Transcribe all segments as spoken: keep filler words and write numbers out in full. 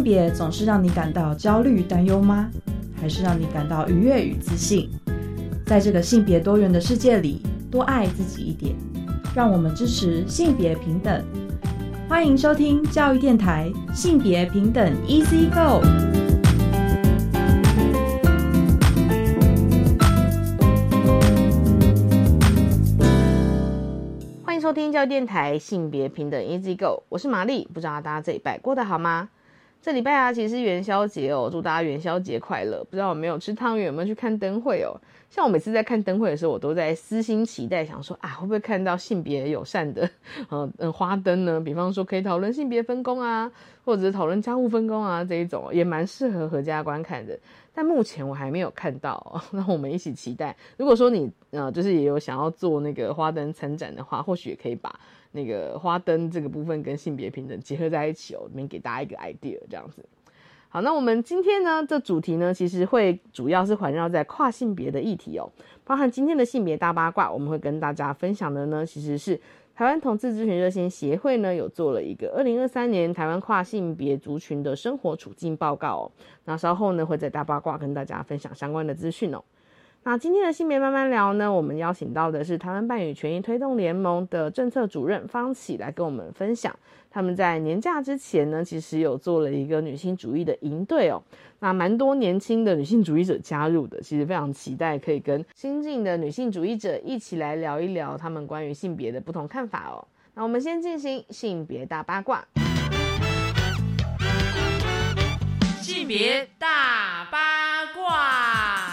性别总是让你感到焦虑担忧吗？还是让你感到愉悦与自信？在这个性别多元的世界里，多爱自己一点，让我们支持性别平等。欢迎收听教育电台性别平等 Easy Go。 欢迎收听教育电台性别平等 Easy Go， 我是玛丽。不知道大家这礼拜过得好吗？这礼拜啊，其实是元宵节哦，祝大家元宵节快乐。不知道有没有吃汤圆，有没有去看灯会哦？像我每次在看灯会的时候，我都在私心期待，想说啊，会不会看到性别友善的呃花灯呢？比方说可以讨论性别分工啊，或者是讨论家务分工啊，这一种也蛮适合合家观看的。但目前我还没有看到哦，那我们一起期待。如果说你呃就是也有想要做那个花灯参展的话，或许也可以把那个花灯这个部分跟性别平等结合在一起哦，里面给大家一个 idea 这样子。好，那我们今天呢，这主题呢，其实会主要是环绕在跨性别的议题哦，包含今天的性别大八卦，我们会跟大家分享的呢，其实是台湾同志咨询热线协会呢有做了一个二零二三年台湾跨性别族群的生活处境报告哦，那稍后呢会在大八卦跟大家分享相关的资讯哦。那今天的性别慢慢聊呢，我们邀请到的是台湾伴侣权益推动联盟的政策主任方启来跟我们分享，他们在年假之前呢，其实有做了一个女性主义的营队哦，那蛮多年轻的女性主义者加入的，其实非常期待可以跟新进的女性主义者一起来聊一聊他们关于性别的不同看法哦。那我们先进行性别大八卦。 性别大八卦。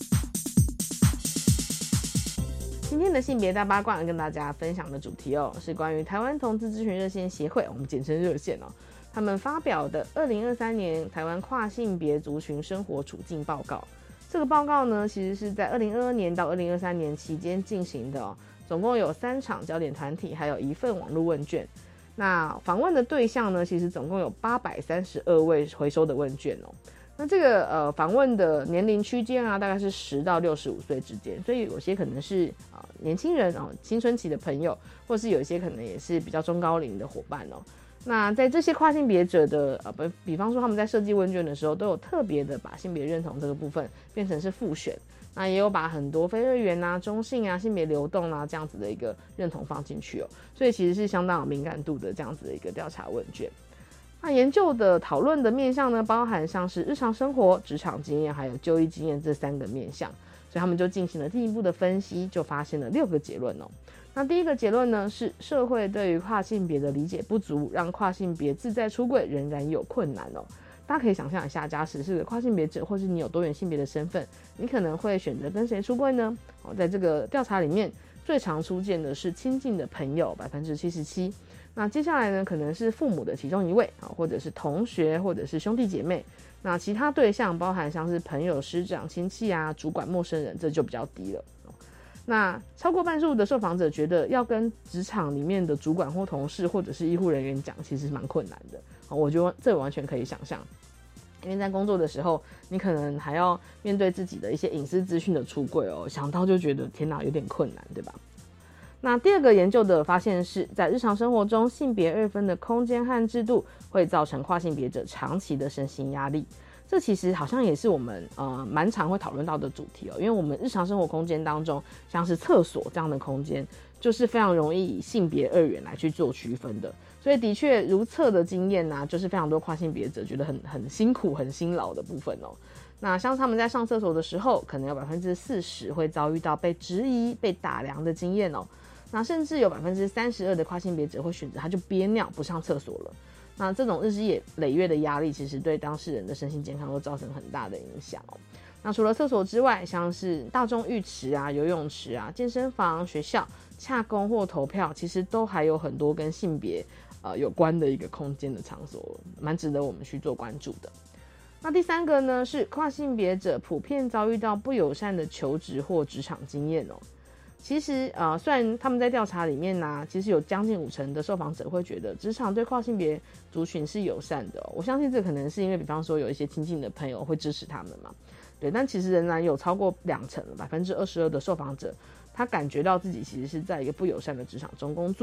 今天的性别大八卦跟大家分享的主题哦，是关于台湾同志咨询热线协会，我们简称热线哦，他们发表的二零二三年台湾跨性别族群生活处境报告。这个报告呢，其实是在二零二二年到二零二三年期间进行的哦，总共有三场焦点团体，还有一份网络问卷。那访问的对象呢，其实总共有八百三十二位回收的问卷哦。那这个呃访问的年龄区间啊，大概是十到六十五岁之间，所以有些可能是呃年轻人哦，青春期的朋友，或是有一些可能也是比较中高龄的伙伴哦。那在这些跨性别者的呃比比方说他们在设计问卷的时候，都有特别的把性别认同这个部分变成是复选，那也有把很多非二元啊、中性啊、性别流动啊这样子的一个认同放进去哦，所以其实是相当有敏感度的这样子的一个调查问卷。那研究的讨论的面向呢，包含像是日常生活、职场经验还有就医经验这三个面向，所以他们就进行了进一步的分析，就发现了六个结论哦。那第一个结论呢，是社会对于跨性别的理解不足，让跨性别自在出柜仍然有困难哦。大家可以想象一下，假使是个跨性别者，或是你有多元性别的身份，你可能会选择跟谁出柜呢？哦，在这个调查里面，最常出现的是亲近的朋友，百分之七十七。那接下来呢，可能是父母的其中一位，或者是同学，或者是兄弟姐妹。那其他对象包含像是朋友、师长、亲戚啊、主管、陌生人，这就比较低了。那超过半数的受访者觉得要跟职场里面的主管或同事或者是医护人员讲，其实蛮困难的。我觉得这完全可以想象，因为在工作的时候，你可能还要面对自己的一些隐私资讯的出柜哦，想到就觉得天哪，有点困难，对吧？那第二个研究的发现是，在日常生活中，性别二分的空间和制度会造成跨性别者长期的身心压力。这其实好像也是我们呃蛮常会讨论到的主题哦，因为我们日常生活空间当中，像是厕所这样的空间，就是非常容易以性别二元来去做区分的。所以的确如厕的经验啊，就是非常多跨性别者觉得很很辛苦、很辛劳的部分哦。那像他们在上厕所的时候，可能有百分之四十会遭遇到被质疑、被打量的经验哦。那甚至有百分之三十二的跨性别者会选择他就憋尿不上厕所了。那这种日积累月的压力，其实对当事人的身心健康都造成很大的影响哦。那除了厕所之外，像是大众浴池啊、游泳池啊、健身房、学校、洽公或投票，其实都还有很多跟性别呃有关的一个空间的场所，蛮值得我们去做关注的。那第三个呢，是跨性别者普遍遭遇到不友善的求职或职场经验哦。其实呃，虽然他们在调查里面呢、啊，其实有将近五成的受访者会觉得职场对跨性别族群是友善的、哦。我相信这可能是因为，比方说有一些亲近的朋友会支持他们嘛，对。但其实仍然有超过两成，百分之二十二的受访者，他感觉到自己其实是在一个不友善的职场中工作。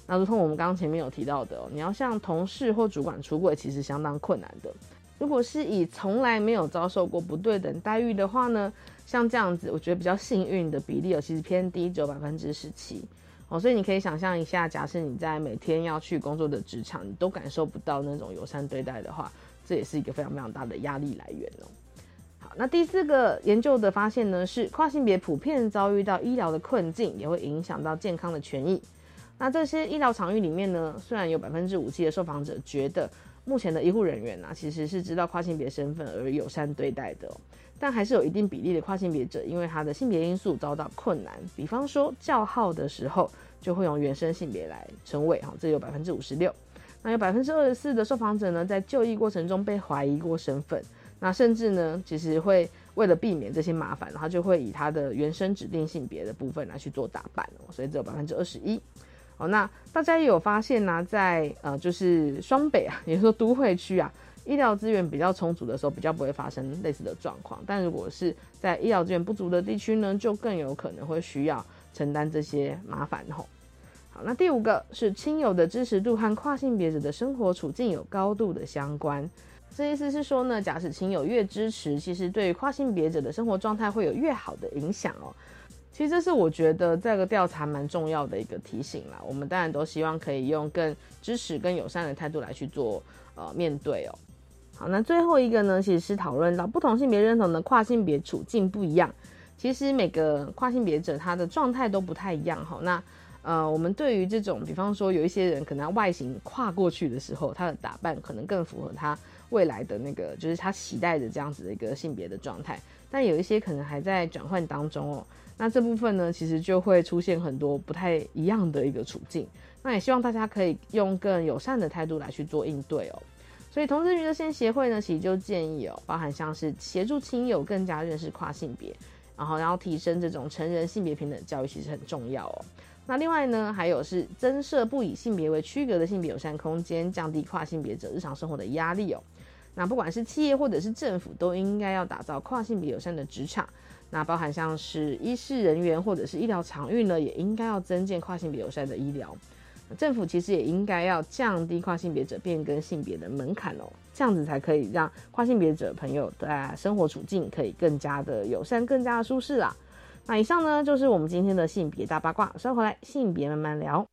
那如同我们刚刚前面有提到的、哦、你要向同事或主管出柜其实相当困难的。如果是以从来没有遭受过不对等待遇的话呢，像这样子我觉得比较幸运的比例、哦、其实偏低，只有 百分之十七、哦、所以你可以想象一下，假设你在每天要去工作的职场，你都感受不到那种友善对待的话，这也是一个非常非常大的压力来源哦。好，那第四个研究的发现呢，是跨性别普遍遭遇到医疗的困境，也会影响到健康的权益。那这些医疗场域里面呢，虽然有 百分之五十七 的受访者觉得目前的医护人员啊，其实是知道跨性别身份而友善对待的、哦，但还是有一定比例的跨性别者因为他的性别因素遭到困难，比方说叫号的时候就会用原生性别来称谓，这有 百分之五十六。那有 百分之二十四 的受访者呢，在就医过程中被怀疑过身份，那甚至呢，其实会为了避免这些麻烦，他就会以他的原生指定性别的部分来去做打扮、哦、所以只有 百分之二十一。哦，那大家也有发现呢、啊，在呃就是双北啊，也就是说都会区啊，医疗资源比较充足的时候，比较不会发生类似的状况。但如果是在医疗资源不足的地区呢，就更有可能会需要承担这些麻烦吼。好，那第五个是亲友的支持度和跨性别者的生活处境有高度的相关。这意思是说呢，假使亲友越支持，其实对于跨性别者的生活状态会有越好的影响哦。其实这是我觉得这个调查蛮重要的一个提醒啦。我们当然都希望可以用更支持、更友善的态度来去做呃面对哦。好，那最后一个呢，其实是讨论到不同性别认同的跨性别处境不一样。其实每个跨性别者他的状态都不太一样哈。那呃，我们对于这种，比方说有一些人可能外形跨过去的时候，他的打扮可能更符合他未来的那个，就是他期待的这样子的一个性别的状态。但有一些可能还在转换当中哦。那这部分呢，其实就会出现很多不太一样的一个处境。那也希望大家可以用更友善的态度来去做应对哦。所以同志娱乐线协会呢，其实就建议哦，包含像是协助亲友更加认识跨性别，然后然后提升这种成人性别平等教育，其实很重要哦。那另外呢，还有是增设不以性别为区隔的性别友善空间，降低跨性别者日常生活的压力哦。那不管是企业或者是政府，都应该要打造跨性别友善的职场。那包含像是医事人员或者是医疗场域呢，也应该要增建跨性别友善的医疗。政府其实也应该要降低跨性别者变更性别的门槛哦，这样子才可以让跨性别者朋友的生活处境可以更加的友善，更加的舒适啦。那以上呢，就是我们今天的性别大八卦，稍回来性别慢慢聊。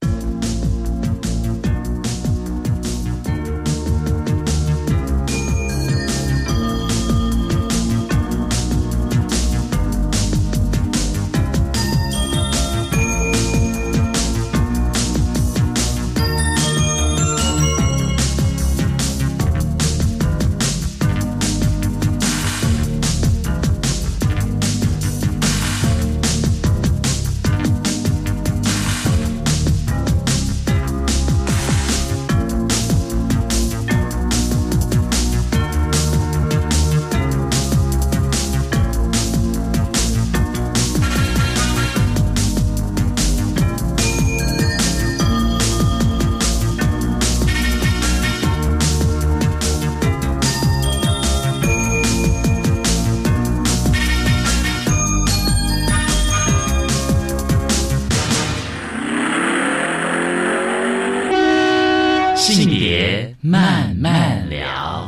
性别慢慢聊。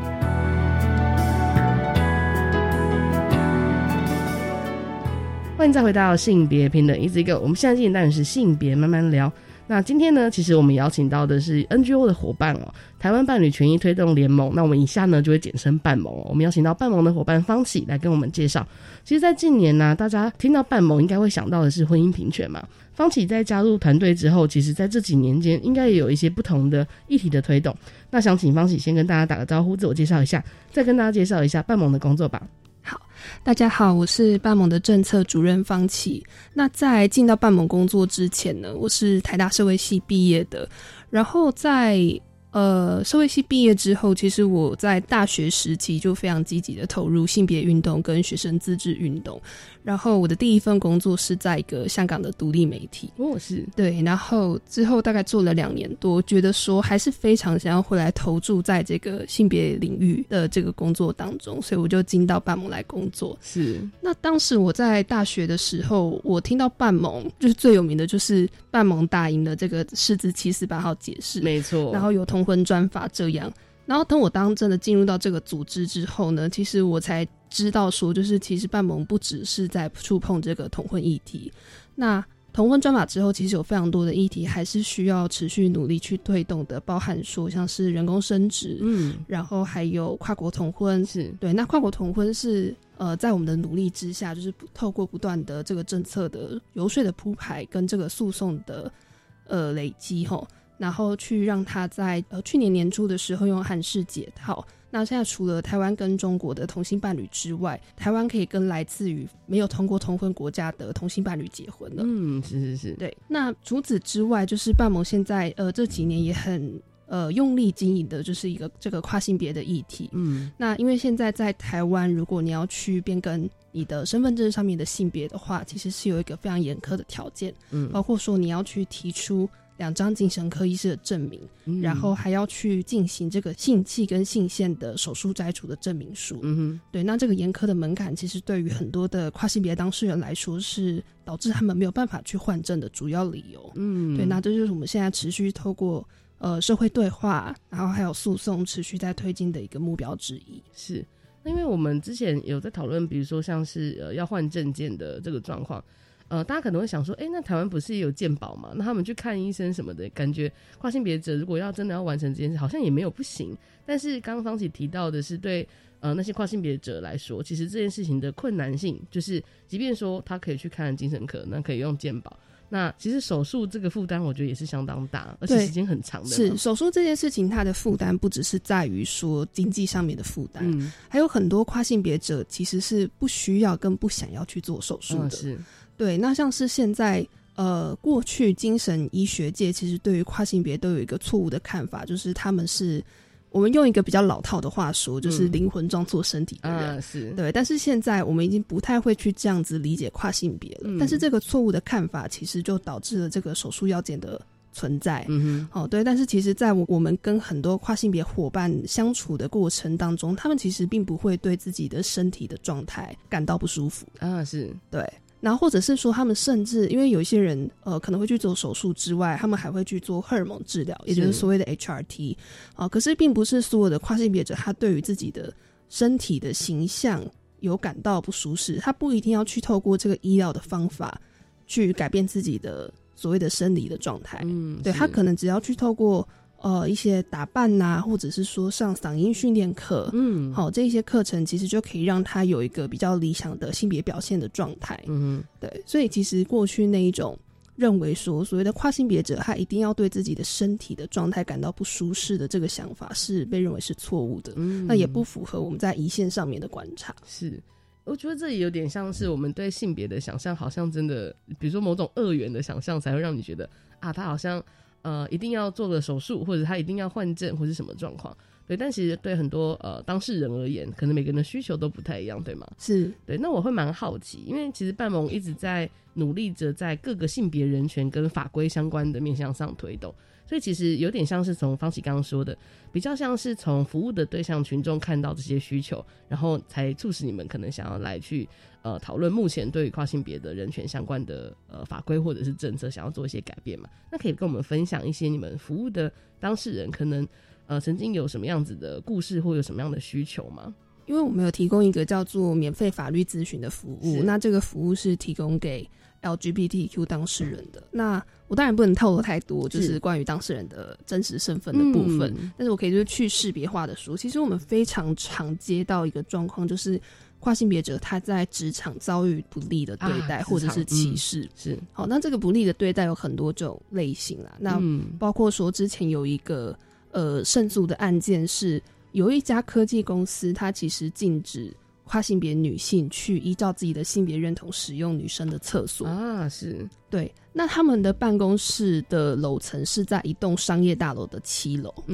欢迎再回到性别平等 Easy Go， 我们现在进行当然是性别慢慢聊。那今天呢，其实我们邀请到的是 N G O 的伙伴哦，台湾伴侣权益推动联盟。那我们以下呢就会简称伴盟哦。我们邀请到伴盟的伙伴方启来跟我们介绍。其实在近年呢、啊，大家听到伴盟应该会想到的是婚姻平权嘛。方启在加入团队之后，其实在这几年间应该也有一些不同的议题的推动。那想请方启先跟大家打个招呼，自我介绍一下，再跟大家介绍一下伴盟的工作吧。 好，大家好，我是伴盟的政策主任方启。那在进到伴盟工作之前呢，我是台大社会系毕业的，然后在呃，社会系毕业之后，其实我在大学时期就非常积极的投入性别运动跟学生自治运动。然后我的第一份工作是在一个香港的独立媒体， 哦，是对。然后之后大概做了两年多，觉得说还是非常想要回来投注在这个性别领域的这个工作当中，所以我就进到半盟来工作。 是。 那当时我在大学的时候，我听到半盟就是最有名的就是半盟打赢了这个释字七四八号解释， 没错。 然后有同婚专法这样。然后等我当真的进入到这个组织之后呢，其实我才知道说，就是其实半盟不只是在触碰这个同婚议题，那同婚专法之后其实有非常多的议题还是需要持续努力去推动的，包含说像是人工生殖，嗯，然后还有跨国同婚， 是对。 那跨国同婚是呃在我们的努力之下，就是透过不断的这个政策的游说的铺排跟这个诉讼的呃累积齁，然后去让他在呃去年年初的时候用函释解套。那现在除了台湾跟中国的同性伴侣之外，台湾可以跟来自于没有通过同婚国家的同性伴侣结婚了。 嗯，是是是， 对。那除此之外，就是半盟现在呃这几年也很呃用力经营的就是一个这个跨性别的议题。嗯，那因为现在在台湾，如果你要去变更你的身份证上面的性别的话，其实是有一个非常严苛的条件，嗯，包括说你要去提出两张精神科医师的证明，嗯，然后还要去进行这个性器跟性腺的手术摘除的证明书。嗯哼，对，那这个严苛的门槛其实对于很多的跨性别当事人来说是导致他们没有办法去换证的主要理由。嗯，对，那这就是我们现在持续透过呃社会对话，然后还有诉讼持续在推进的一个目标之一。 是，那因为我们之前有在讨论，比如说像是呃要换证件的这个状况。呃，大家可能会想说，哎，那台湾不是也有健保嘛？那他们去看医生什么的，感觉跨性别者如果要真的要完成这件事，好像也没有不行。但是刚刚方琦提到的是，对呃那些跨性别者来说，其实这件事情的困难性，就是即便说他可以去看精神科，那可以用健保，那其实手术这个负担，我觉得也是相当大，而且时间很长的。 是手术这件事情，它的负担不只是在于说经济上面的负担，嗯，还有很多跨性别者其实是不需要跟不想要去做手术的。嗯，是。对，那像是现在呃，过去精神医学界其实对于跨性别都有一个错误的看法，就是他们是我们用一个比较老套的话说，就是灵魂装错身体的人。嗯，是对。但是现在我们已经不太会去这样子理解跨性别了。嗯，但是这个错误的看法其实就导致了这个手术要件的存在。嗯哼，哦，对。但是其实在我们跟很多跨性别伙伴相处的过程当中，他们其实并不会对自己的身体的状态感到不舒服。 啊，是对。然后或者是说他们甚至因为有一些人呃可能会去做手术之外，他们还会去做荷尔蒙治疗，也就是所谓的 H R T 啊，呃。可是并不是所有的跨性别者他对于自己的身体的形象有感到不舒适，他不一定要去透过这个医疗的方法去改变自己的所谓的生理的状态。嗯，对，他可能只要去透过呃一些打扮啊，或者是说上嗓音训练课，嗯，好，这一些课程其实就可以让他有一个比较理想的性别表现的状态。嗯，对，所以其实过去那一种认为说所谓的跨性别者他一定要对自己的身体的状态感到不舒适的这个想法是被认为是错误的。嗯，那也不符合我们在胰腺上面的观察。 是，我觉得这也有点像是我们对性别的想象，好像真的比如说某种二元的想象才会让你觉得啊他好像呃，一定要做个手术，或者他一定要换证，或是什么状况？对，但其实对很多呃当事人而言，可能每个人的需求都不太一样，对吗？ 是， 对。那我会蛮好奇，因为其实半盟一直在努力着在各个性别人权跟法规相关的面向上推动，所以其实有点像是从方琦刚刚说的，比较像是从服务的对象群众看到这些需求，然后才促使你们可能想要来去呃讨论目前对于跨性别的人权相关的呃法规或者是政策，想要做一些改变嘛？那可以跟我们分享一些你们服务的当事人可能呃曾经有什么样子的故事或有什么样的需求吗？ 因为我们有提供一个叫做免费法律咨询的服务，那这个服务是提供给 L G B T Q 当事人的。那我当然不能透露太多，就是关于当事人的真实身份的部分，嗯，但是我可以就是去识别化的说，其实我们非常常接到一个状况，就是跨性别者他在职场遭遇不利的对待，啊，或者是歧视。嗯，是，好，那这个不利的对待有很多种类型啦，那包括说之前有一个呃胜诉的案件是有一家科技公司，它其实禁止跨性别女性去依照自己的性别认同使用女生的厕所啊，是， 对。那他们的办公室的楼层是在一栋商业大楼的七楼，嗯，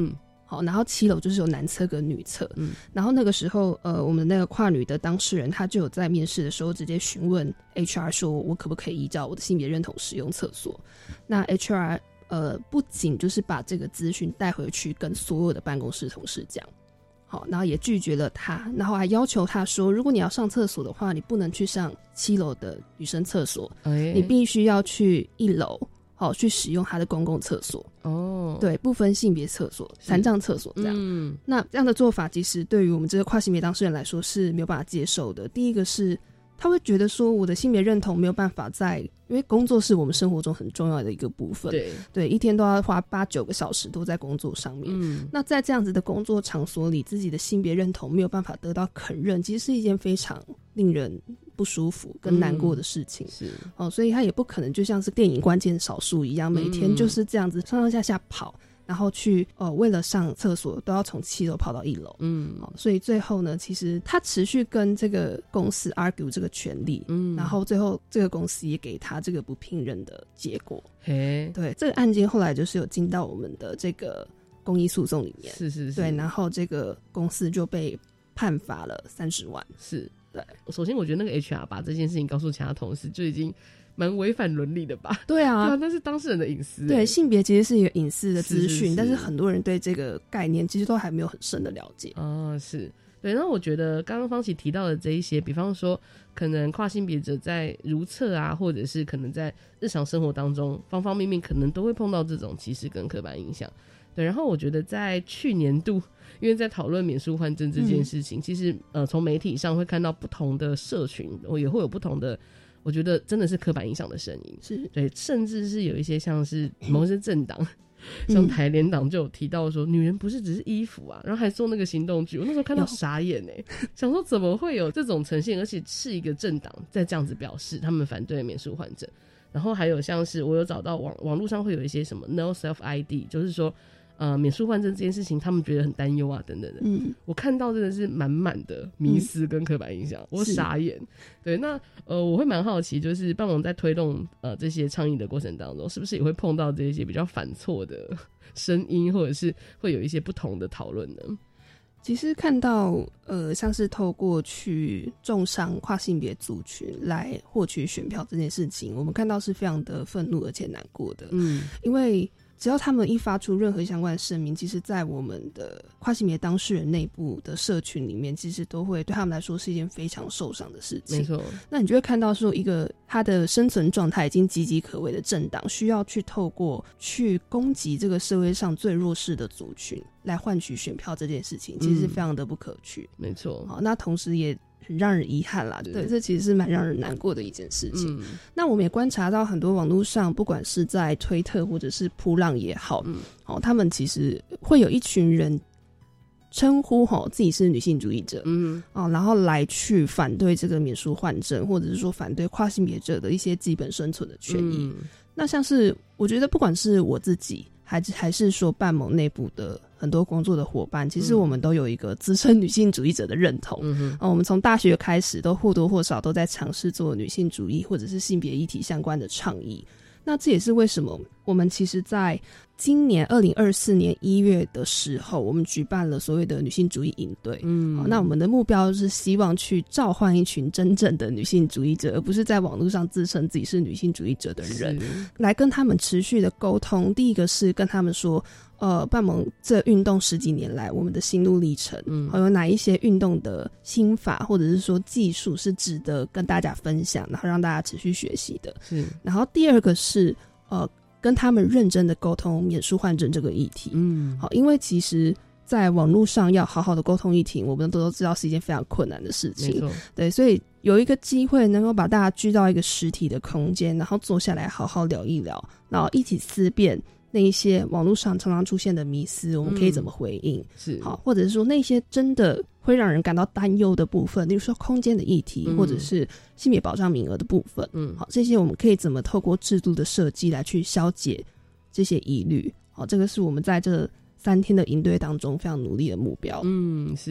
好，然后七楼就是有男厕跟女厕， 嗯， 然后那个时候，呃，我们那个跨女的当事人，他就有在面试的时候直接询问 H R 说，我可不可以依照我的性别认同使用厕所？那 H R 呃，不仅就是把这个资讯带回去跟所有的办公室同事讲，好，然后也拒绝了他，然后还要求他说，如果你要上厕所的话，你不能去上七楼的女生厕所， 欸、 你必须要去一楼。好，去使用他的公共厕所哦， 对，不分性别厕所、残障厕所这样。嗯，那这样的做法，其实对于我们这个跨性别当事人来说是没有办法接受的。第一个是，他会觉得说，我的性别认同没有办法在，因为工作是我们生活中很重要的一个部分， 对对，一天都要花八九个小时都在工作上面。嗯，那在这样子的工作场所里，自己的性别认同没有办法得到肯认，其实是一件非常令人不舒服跟难过的事情，嗯、 是哦，所以他也不可能就像是电影关键少数一样，每天就是这样子上上下下跑，然后去呃为了上厕所都要从七楼跑到一楼，嗯、哦，所以最后呢，其实他持续跟这个公司 argue 这个权利，嗯，然后最后这个公司也给他这个不聘任的结果， 嘿， 对，这个案件后来就是有进到我们的这个公益诉讼里面， 是是是， 对，然后这个公司就被判罚了三十万， 是。 对， 首先我觉得那个 H R 把这件事情告诉其他同事就已经蛮违反伦理的吧。 对啊， 对啊，那是当事人的隐私。 对，性别其实是一个隐私的资讯， 是是是， 但是很多人对这个概念其实都还没有很深的了解。 哦，是。对，那我觉得刚刚方琦提到的这一些，比方说可能跨性别者在如厕啊，或者是可能在日常生活当中方方面面可能都会碰到这种歧视跟刻板印象。对，然后我觉得在去年度，因为在讨论免书换证这件事情，嗯、其实呃从媒体上会看到不同的社群，也会有不同的，我觉得真的是刻板印象的声音。 是对， 甚至是有一些像是某些政党。像台联党就有提到说、嗯、女人不是只是衣服啊，然后还做那个行动剧，我那时候看到傻眼欸，想说怎么会有这种呈现，而且是一个政党在这样子表示他们反对免书换证。然后还有像是我有找到网网络上会有一些什么 no self I D， 就是说呃，免书换证这件事情他们觉得很担忧啊等等的，嗯，我看到真的是满满的迷思跟刻板印象、嗯、我傻眼。对，那呃，我会蛮好奇，就是帮忙在推动呃这些倡议的过程当中，是不是也会碰到这些比较反错的声音，或者是会有一些不同的讨论呢？ 其实看到呃，像是透过去重伤跨性别族群来获取选票这件事情，我们看到是非常的愤怒而且难过的，嗯，因为只要他们一发出任何相关的声明，其实在我们的跨性别当事人内部的社群里面，其实都会对他们来说是一件非常受伤的事情。 没错， 那你就会看到说，一个他的生存状态已经岌岌可危的政党，需要去透过去攻击这个社会上最弱势的族群来换取选票这件事情，其实是非常的不可取。 嗯、没错。 好，那同时也很让人遗憾啦，对，这其实是蛮让人难过的一件事情。嗯、那我们也观察到很多网络上，不管是在推特或者是噗浪也好，嗯，哦，他们其实会有一群人称呼哦自己是女性主义者，嗯，哦，然后来去反对这个免书换证，或者是说反对跨性别者的一些基本生存的权益。嗯、那像是我觉得，不管是我自己，还是还是说半盟内部的很多工作的伙伴，其实我们都有一个资深女性主义者的认同。嗯、呃，我们从大学开始都或多或少都在尝试做女性主义或者是性别议题相关的倡议。那这也是为什么我们其实在今年二零二四年一月的时候，我们举办了所谓的女性主义营队。嗯，那我们的目标是希望去召唤一群真正的女性主义者，而不是在网络上自称自己是女性主义者的人，来跟他们持续的沟通。第一个是跟他们说，呃，半盟这运动十几年来我们的心路历程，嗯，有哪一些运动的心法或者是说技术是值得跟大家分享，然后让大家持续学习的。是，然后第二个是呃。跟他们认真的沟通免书换证这个议题，嗯，好，因为其实在网络上要好好的沟通议题，我们都知道是一件非常困难的事情，对，所以有一个机会能够把大家聚到一个实体的空间，然后坐下来好好聊一聊，然后一起思辨那一些网络上常常出现的迷思，我们可以怎么回应？嗯、是好，或者是说那些真的会让人感到担忧的部分，例如说空间的议题，嗯、或者是性别保障名额的部分，嗯，好，这些我们可以怎么透过制度的设计来去消解这些疑虑？好，这个是我们在这三天的营队当中非常努力的目标。 嗯，是。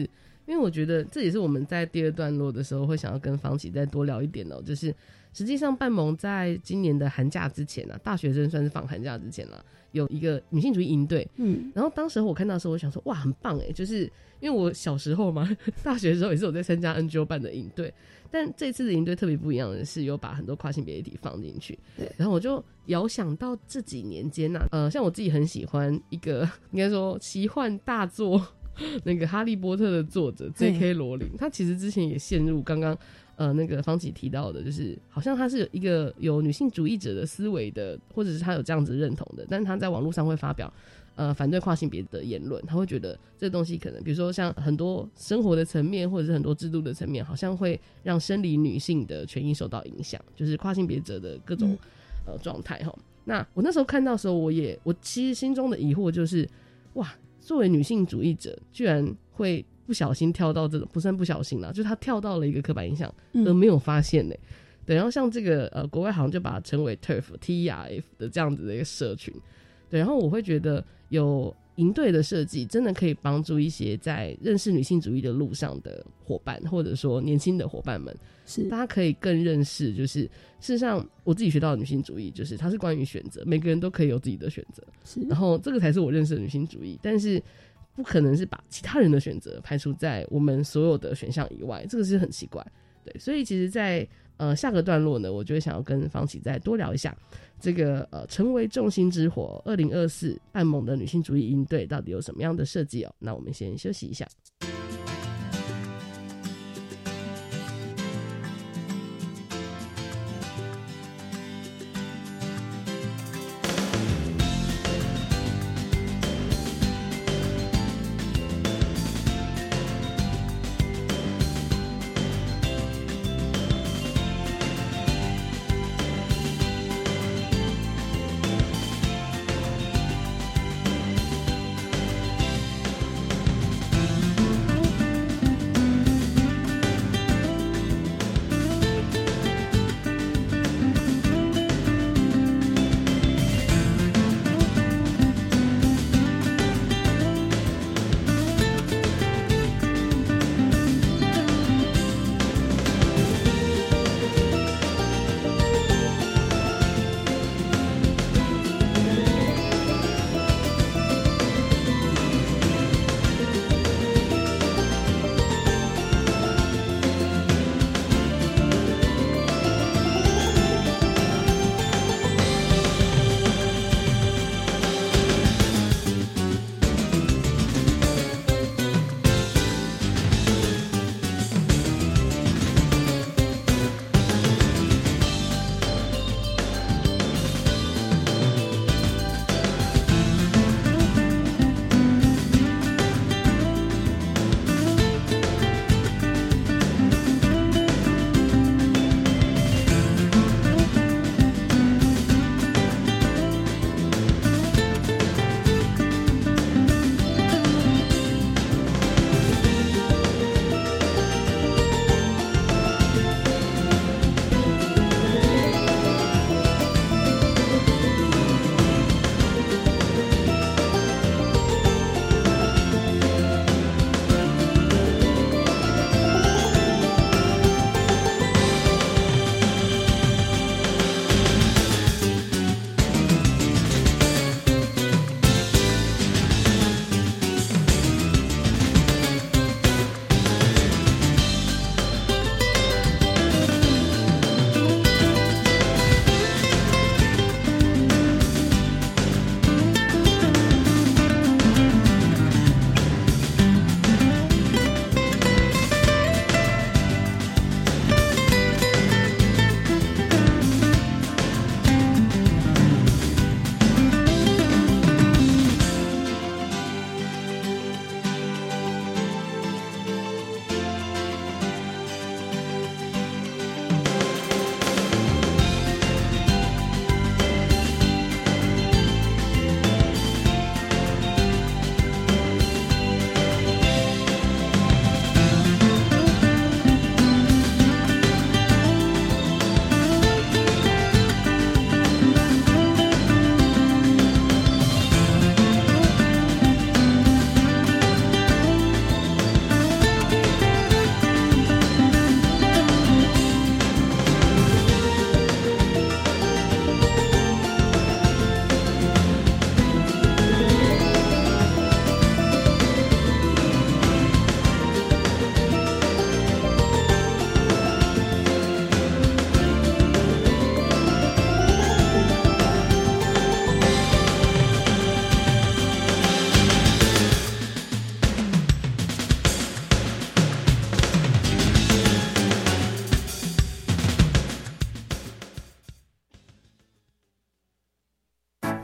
因为我觉得这也是我们在第二段落的时候会想要跟方琦再多聊一点哦，就是实际上半盟在今年的寒假之前啊，大学生算是放寒假之前啦，有一个女性主义营队，嗯，然后当时我看到的时候，我想说哇，很棒哎，就是因为我小时候嘛，大学的时候也是有在参加 N G O 办的营队，但这次的营队特别不一样的是，有把很多跨性别议题放进去，对，然后我就遥想到这几年间啊，呃，像我自己很喜欢一个应该说奇幻大作。那个哈利波特的作者 J K 罗琳，他其实之前也陷入刚刚呃那个方琦提到的，就是好像他是有一个有女性主义者的思维的，或者是他有这样子认同的，但是他在网络上会发表呃反对跨性别的言论，他会觉得这东西可能比如说像很多生活的层面或者是很多制度的层面，好像会让生理女性的权益受到影响，就是跨性别者的各种、嗯、呃状态齁。那我那时候看到的时候，我也我其实心中的疑惑就是哇，作为女性主义者，居然会不小心跳到这种，不算不小心啦，就是她跳到了一个刻板印象，而没有发现呢、欸嗯。对，然后像这个呃，国外好像就把它称为 T E R F T E R F 的这样子的一个社群。对，然后我会觉得有营队的设计，真的可以帮助一些在认识女性主义的路上的伙伴，或者说年轻的伙伴们，是大家可以更认识，就是事实上我自己学到的女性主义，就是它是关于选择，每个人都可以有自己的选择，是，然后这个才是我认识的女性主义，但是不可能是把其他人的选择排除在我们所有的选项以外，这个是很奇怪。对，所以其实在呃下个段落呢，我就会想要跟方琦再多聊一下这个呃成为众星之火二零二四半盟的女性主义营队到底有什么样的设计哦。那我们先休息一下。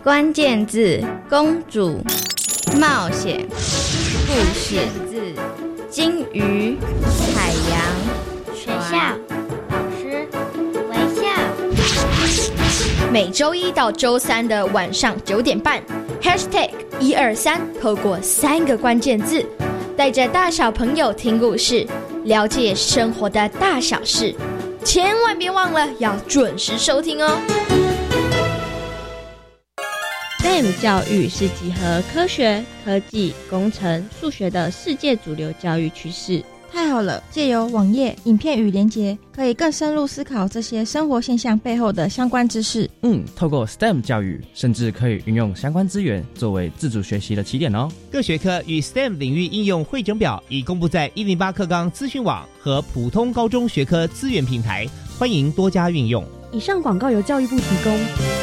关键字：公主、冒险、故事、字、金鱼、海洋、 学校、老师、微笑。 每周一到周三的晚上九点半 ，#一二三，透过三个关键字，带着大小朋友听故事，了解生活的大小事。千万别忘了要准时收听哦。 S T E M 教育是集合科学、科技、工程、数学的世界主流教育趋势。 太好了，借由网页、影片与连结，可以更深入思考这些生活现象背后的相关知识。 嗯，透过 S T E M 教育，甚至可以运用相关资源作为自主学习的起点哦。 各学科与 S T E M 领域应用汇整表已公布在一零八课纲资讯网和普通高中学科资源平台，欢迎多加运用。 以上广告由教育部提供。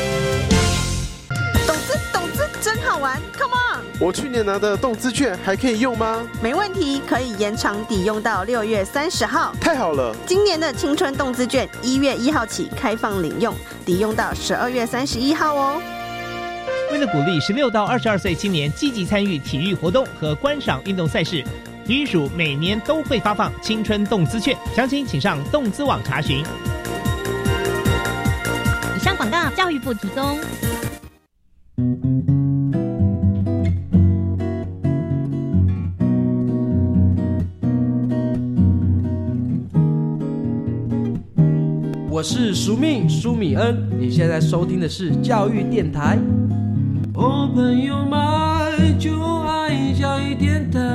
懂资懂资真好玩 ，Come on！ 我去年拿的动资券还可以用吗？ 没问题，可以延长抵用到六月三十号。 太好了！ 今年的青春动资券一月一号起开放领用，抵用到十二月三十一号哦。 为了鼓励十六到二十二岁青年积极参与体育活动和观赏运动赛事，体育署每年都会发放青春动资券，详情请上动资网查询。 以上广告教育部提供。 我是苏密苏米恩，你现在收听的是教育电台。Open your mind， 就爱教育电台。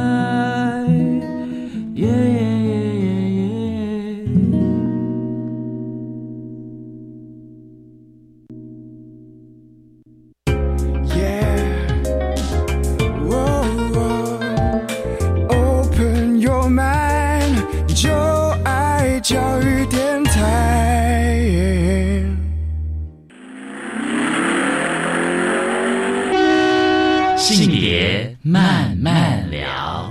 耶耶耶耶耶。Open your mind， 就爱教育电台。 性别慢慢聊。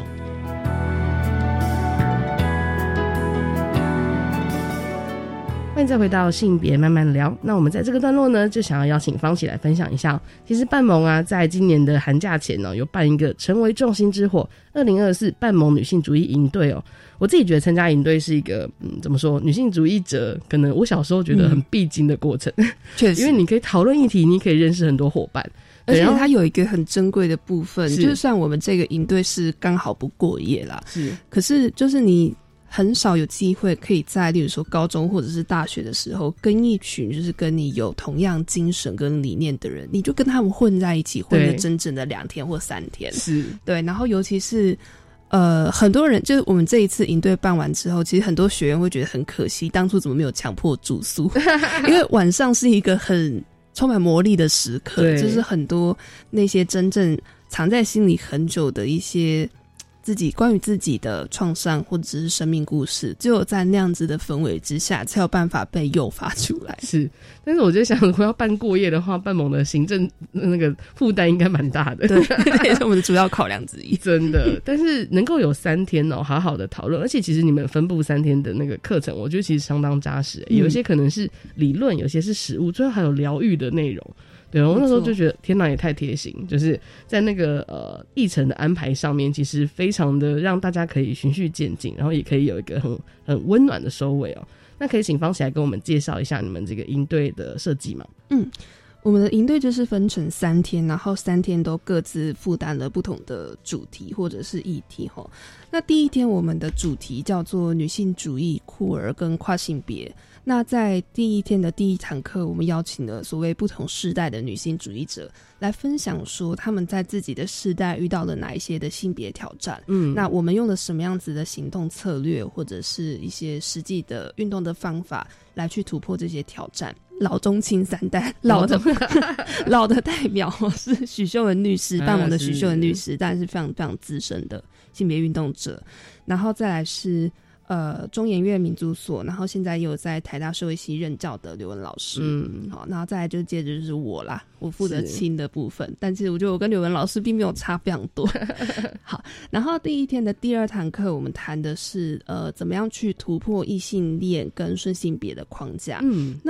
欢迎再回到性别慢慢聊。那我们在这个段落呢，就想要邀请方琦来分享一下。其实半盟啊，在今年的寒假前呢、哦，有办一个成为重心之火二零二四半盟女性主义营队哦。我自己觉得参加营队是一个，嗯，怎么说，女性主义者可能我小时候觉得很必经的过程，确、嗯、实，因为你可以讨论议题，你可以认识很多伙伴。 而且它有一个很珍贵的部分，就算我们这个营队是刚好不过夜啦，是，可是就是你很少有机会可以在例如说高中或者是大学的时候，跟一群就是跟你有同样精神跟理念的人，你就跟他们混在一起，混了整整的两天或三天，是对，然后尤其是。呃，很多人就是我们这一次营队办完之后，其实很多学员会觉得很可惜，当初怎么没有强迫住宿？因为晚上是一个很充满魔力的时刻，就是很多那些真正藏在心里很久的一些自己关于自己的创伤或者是生命故事，只有在那样子的氛围之下才有办法被诱发出来。 是，但是我就想如果要办过夜的话，半盟的行政那个负担应该蛮大的， 对，这也是我们的主要考量之一。 真的，但是能够有三天哦好好的讨论，而且其实你们分布三天的那个课程我觉得其实相当扎实、嗯、有一些可能是理论，有些是实务，最后还有疗愈的内容。对，我那时候就觉得天哪，也太贴心，就是在那个呃议程的安排上面，其实非常的让大家可以循序渐进，然后也可以有一个很很温暖的收尾哦。那可以请方琦来跟我们介绍一下你们这个营队的设计吗？ 嗯，我们的营队就是分成三天，然后三天都各自负担了不同的主题或者是议题齁。那第一天我们的主题叫做女性主义、酷儿跟跨性别。那在第一天的第一堂课，我们邀请了所谓不同世代的女性主义者来分享说他们在自己的世代遇到了哪一些的性别挑战，嗯，那我们用了什么样子的行动策略或者是一些实际的运动的方法来去突破这些挑战。老中青三代，老的老的代表是许秀文律师，半盟的许秀文律师，但是非常非常资深的性别运动者。然后再来是呃中研院民族所，然后现在也有在台大社会系任教的刘文老师，嗯，好，然后再来就接着就是我啦，我负责亲的部分，但是我觉得我跟刘文老师并没有差非常多。好，然后第一天的第二堂课，我们谈的是呃怎么样去突破异性恋跟顺性别的框架，嗯，那。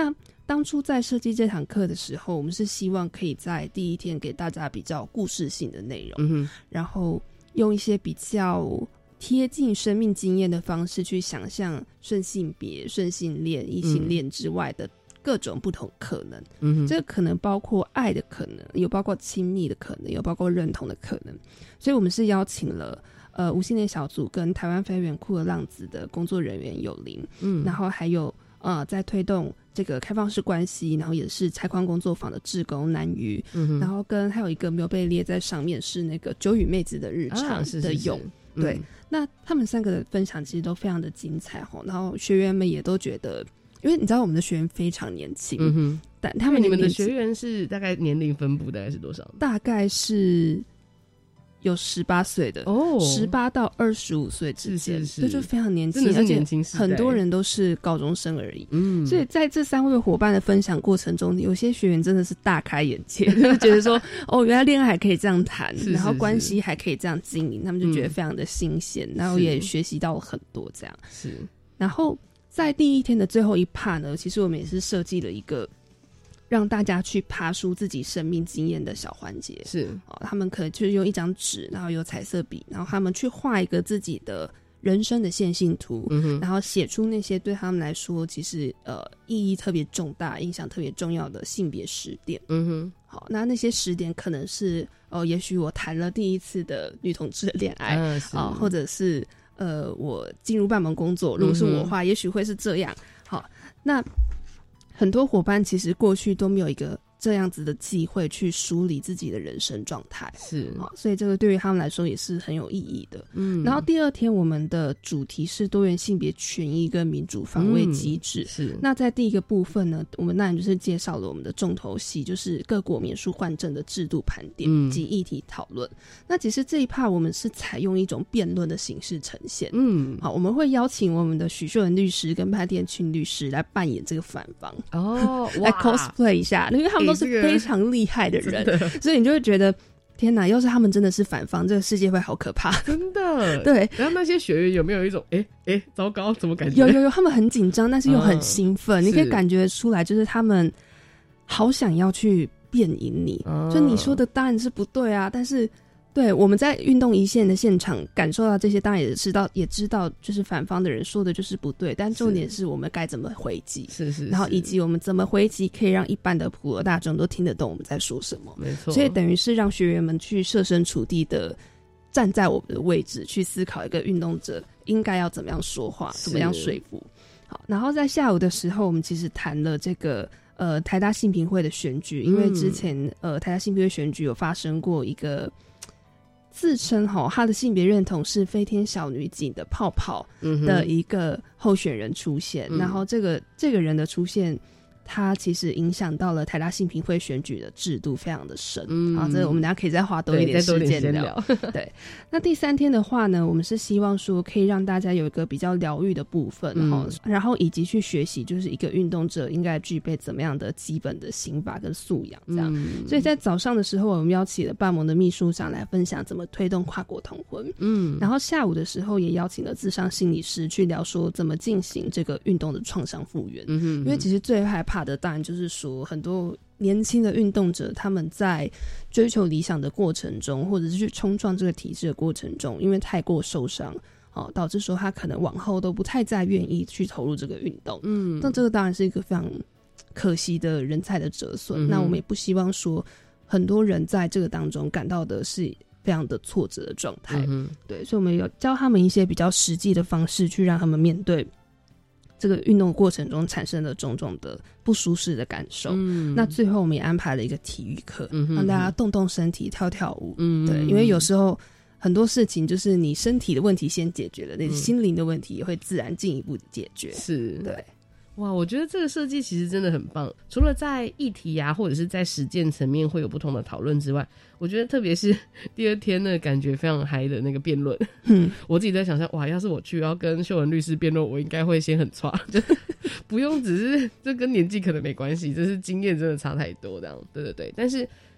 当初在设计这堂课的时候，我们是希望可以在第一天给大家比较故事性的内容， 嗯哼， 然后用一些比较贴近生命经验的方式去想象顺性别、顺性恋、异性恋之外的各种不同可能。 嗯哼， 这个可能包括爱的可能，有包括亲密的可能，有包括认同的可能。所以我们是邀请了呃无性恋小组跟台湾飞猿酷儿浪子的工作人员有灵，嗯，然后还有呃在推动这个开放式关系，然后也是拆框工作坊的志工南瑜，嗯，然后跟还有一个没有被列在上面是那个九羽妹子的日常的勇，啊，对，嗯，那他们三个的分享其实都非常的精彩齁，然后学员们也都觉得，因为你知道我们的学员非常年轻，嗯哼，但他们你们的学员是大概年龄分布大概是多少？ 大概是有十八岁的哦，十八到二十五岁之间，是是是，这就非常年轻， 真的是年轻时代， 而且很多人都是高中生而已。嗯，所以在这三位伙伴的分享过程中，有些学员真的是大开眼界，就觉得说，哦，原来恋爱还可以这样谈，是是是，然后关系还可以这样经营，他们就觉得非常的新鲜，嗯，然后也学习到了很多这样。 是， 然后在第一天的最后一 part 呢，其实我们也是设计了一个让大家去爬出自己生命经验的小环节， 是， 哦，他们可能就是用一张纸，然后有彩色笔，然后他们去画一个自己的人生的线性图，嗯，然后写出那些对他们来说其实呃意义特别重大、影响特别重要的性别时点。嗯哼，好，那那些时点可能是呃，也许我谈了第一次的女同志的恋爱啊，呃，或者是呃，我进入半盟工作，如果是我的话，嗯，也许会是这样。好，那很多伙伴其实过去都没有一个这样子的机会去梳理自己的人生状态， 是， 好，所以这个对于他们来说也是很有意义的。嗯，然后第二天我们的主题是多元性别权益跟民主防卫机制。嗯，是，那在第一个部分呢，我们当然就是介绍了我们的重头戏，就是各国免书换证的制度盘点及议题讨论。嗯，那其实这一 part 我们是采用一种辩论的形式呈现。嗯，好，我们会邀请我们的许秀文律师跟潘殿庆律师来扮演这个反方哦，来 cosplay 一下，因为他们都是非常厉害的人，欸，所以你就会觉得天哪，要是他们真的是反方，这个世界会好可怕， 真的。 对， 然后那些学员有没有一种哎哎、欸欸、糟糕，怎么感觉？ 有有有，他们很紧张，但是又很兴奋，嗯，你可以感觉出来，就是他们好想要去辩赢你，嗯，就你说的当然是不对啊，但是对，我们在运动一线的现场感受到这些，当然也知道也知道就是反方的人说的就是不对，但重点是我们该怎么回击， 是 是, 是， 然后以及我们怎么回击可以让一般的普罗大众都听得懂我们在说什么。 没错， 所以等于是让学员们去设身处地的站在我们的位置去思考一个运动者应该要怎么样说话，怎么样说服。好，然后在下午的时候我们其实谈了这个呃台大性平会的选举，因为之前，嗯，呃台大性平会选举有发生过一个自称齁他的性别认同是飞天小女警的泡泡的一个候选人出现，嗯，然后这个这个人的出现，他其实影响到了台大性平会选举的制度非常的深，嗯，啊，这我们等一下可以再花多一点时间聊。聊对，那第三天的话呢，我们是希望说可以让大家有一个比较疗愈的部分，嗯，然后以及去学习就是一个运动者应该具备怎么样的基本的心法跟素养这样，嗯，所以在早上的时候我们邀请了半盟的秘书长来分享怎么推动跨国同婚，嗯，然后下午的时候也邀请了諮商心理师去聊说怎么进行这个运动的创伤复原，嗯哼嗯哼，因为其实最害怕的当然就是说很多年轻的运动者他们在追求理想的过程中，或者是去冲撞这个体制的过程中，因为太过受伤，哦，导致说他可能往后都不太再愿意去投入这个运动，嗯，那这个当然是一个非常可惜的人才的折损，嗯，那我们也不希望说很多人在这个当中感到的是非常的挫折的状态，嗯，对，所以我们有教他们一些比较实际的方式去让他们面对这个运动过程中产生的种种的不舒适的感受，嗯，那最后我们也安排了一个体育课，嗯，让大家动动身体跳跳舞，嗯，对，因为有时候很多事情就是你身体的问题先解决了，你心灵的问题也会自然进一步解决， 是， 对。 哇，我觉得这个设计其实真的很棒，除了在议题啊或者是在实践层面会有不同的讨论之外，我觉得特别是第二天呢感觉非常嗨的那个辩论，嗯，我自己在想象，哇，要是我去要跟秀文律师辩论，我应该会先很挫，就不用只是这跟年纪可能没关系，这是经验真的差太多这样，对对对，但是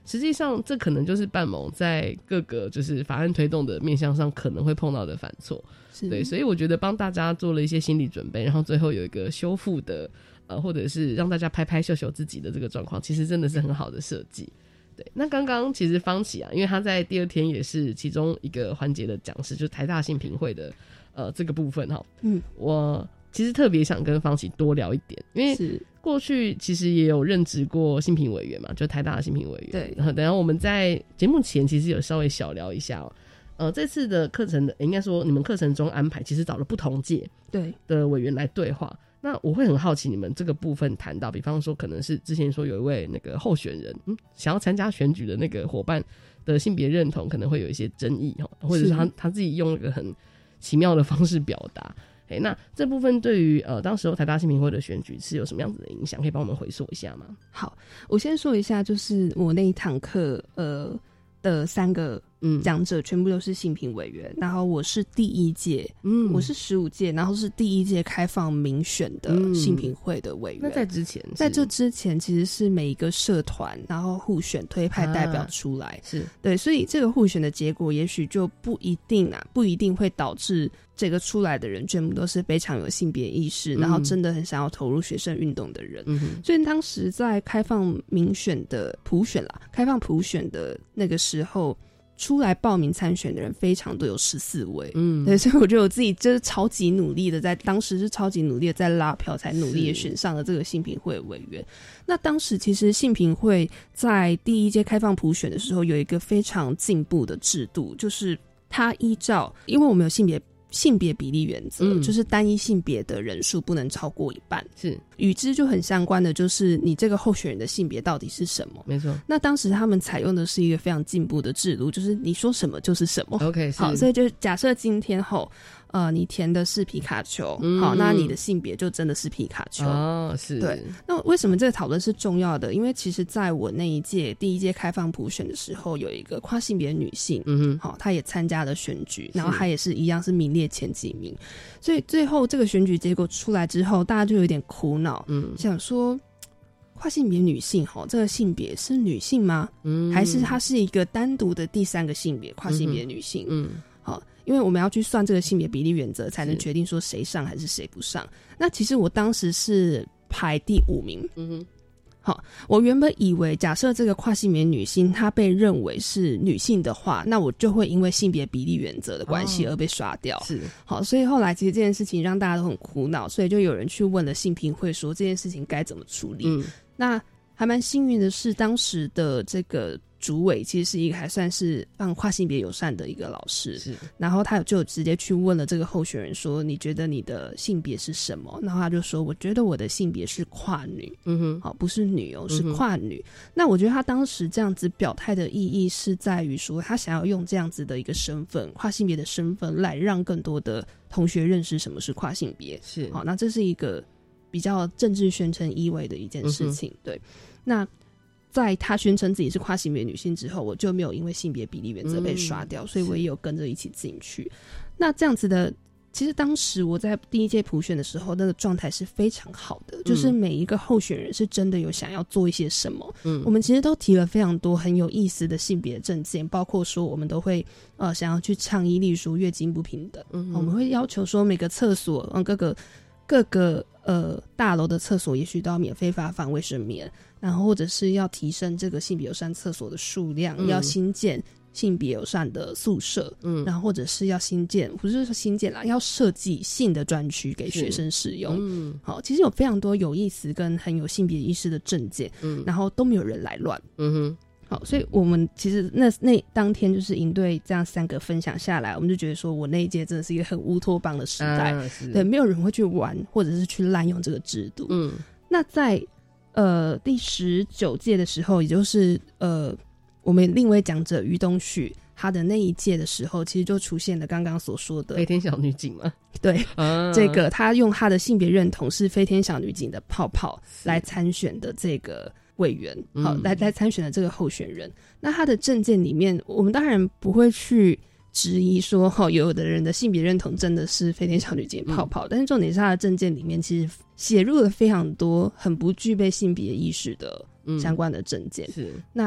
实际上这可能就是办盟在各个就是法案推动的面向上可能会碰到的犯错。对，所以我觉得帮大家做了一些心理准备，然后最后有一个修复的呃，或者是让大家拍拍秀秀自己的这个状况，其实真的是很好的设计。对，那刚刚其实方琦啊，因为他在第二天也是其中一个环节的讲师，就是台大性平会的呃这个部分哈。嗯，我其实特别想跟方琦多聊一点，因为过去其实也有任职过性平委员嘛，就台大的性平委员。对，然后等一下我们在节目前其实有稍微小聊一下哦。呃，这次的课程的应该说你们课程中安排其实找了不同届对的委员来对话。那我会很好奇你们这个部分谈到，比方说可能是之前说有一位那个候选人，嗯，想要参加选举的那个伙伴的性别认同可能会有一些争议，或者是他他自己用一个很奇妙的方式表达。欸、那这部分对于呃当时候台大性平会的选举是有什么样子的影响？可以帮我们回溯一下吗？ 好，我先说一下，就是我那一堂课呃的三个讲者全部都是性平委员，然后我是第一届，嗯，我是十五届，然后是第一届开放民选的性平会的委员。嗯、那在之前， 在这之前其实是每一个社团，然后互选推派代表出来，啊、是对，所以这个互选的结果也许就不一定啊，不一定会导致这个出来的人全部都是非常有性别意识，嗯、然后真的很想要投入学生运动的人。嗯、所以当时在开放民选的普选啦，开放普选的那个时候。出来报名参选的人非常多，有十四位，嗯，对，所以我觉得我自己就是超级努力的在，在当时是超级努力的在拉票，才努力的选上了这个性平会委员。那当时其实性平会在第一届开放普选的时候，有一个非常进步的制度，就是它依照，因为我们有性别。性别比例原则、嗯、就是单一性别的人数不能超过一半，是与之就很相关的就是你这个候选人的性别到底是什么。没错，那当时他们采用的是一个非常进步的制度，就是你说什么就是什么。 OK， 好，所以就假设今天后呃，你填的是皮卡丘、嗯、好，那你的性别就真的是皮卡丘。哦，是。对，那为什么这个讨论是重要的？因为其实在我那一届第一届开放普选的时候，有一个跨性别女性，嗯哼，好，她也参加了选举，然后她也是一样是名列前几名，所以最后这个选举结果出来之后，大家就有点苦恼，嗯，想说跨性别女性齁，这个性别是女性吗？嗯，还是她是一个单独的第三个性别，跨性别女性？嗯，好，因为我们要去算这个性别比例原则，才能决定说谁上还是谁不上。那其实我当时是排第五名。嗯哼。好，我原本以为假设这个跨性别女性她被认为是女性的话，那我就会因为性别比例原则的关系而被刷掉。哦、是。好，所以后来其实这件事情让大家都很苦恼，所以就有人去问了性平会说这件事情该怎么处理。嗯，那还蛮幸运的是，当时的这个主委其实是一个还算是让跨性别友善的一个老师，是。然后他就直接去问了这个候选人说：“你觉得你的性别是什么？”然后他就说：“我觉得我的性别是跨女。”嗯哼，好，不是女哦，是跨女。嗯、那我觉得他当时这样子表态的意义是在于说，他想要用这样子的一个身份，跨性别的身份，来让更多的同学认识什么是跨性别。是，好，那这是一个比较政治宣称意味的一件事情。嗯、对，那。在他宣称自己是跨性别女性之后，我就没有因为性别比例原则被刷掉，嗯、所以我也有跟着一起进去。那这样子的，其实当时我在第一届普选的时候，那个状态是非常好的，嗯、就是每一个候选人是真的有想要做一些什么。嗯，我们其实都提了非常多很有意思的性别政见，包括说我们都会呃想要去倡议，例如说月经不平等，嗯、我们会要求说每个厕所，嗯，各个各个呃大楼的厕所也许都要免费发放卫生棉。然后或者是要提升这个性别友善厕所的数量，嗯、要新建性别友善的宿舍，嗯，然后或者是要新建，不是说新建啦，要设计性的专区给学生使用。嗯，好，其实有非常多有意思跟很有性别意识的政见，嗯，然后都没有人来乱。嗯哼，好，所以我们其实那那当天就是营队这样三个分享下来，我们就觉得说我那一届真的是一个很乌托邦的时代，啊、对，没有人会去玩或者是去滥用这个制度。嗯，那在呃，第十九届的时候，也就是呃，我们另一位讲者于东旭他的那一届的时候，其实就出现了刚刚所说的飞天小女警嘛。 对，啊、这个他用他的性别认同是飞天小女警的泡泡来参选的这个委员，好，来来参选的这个候选人。那他的政见里面，我们当然不会去质疑说，齁，有的人的性别认同真的是飞天小女警泡泡，嗯、但是重点是他的政见里面其实写入了非常多很不具备性别意识的相关的政见。嗯、是，那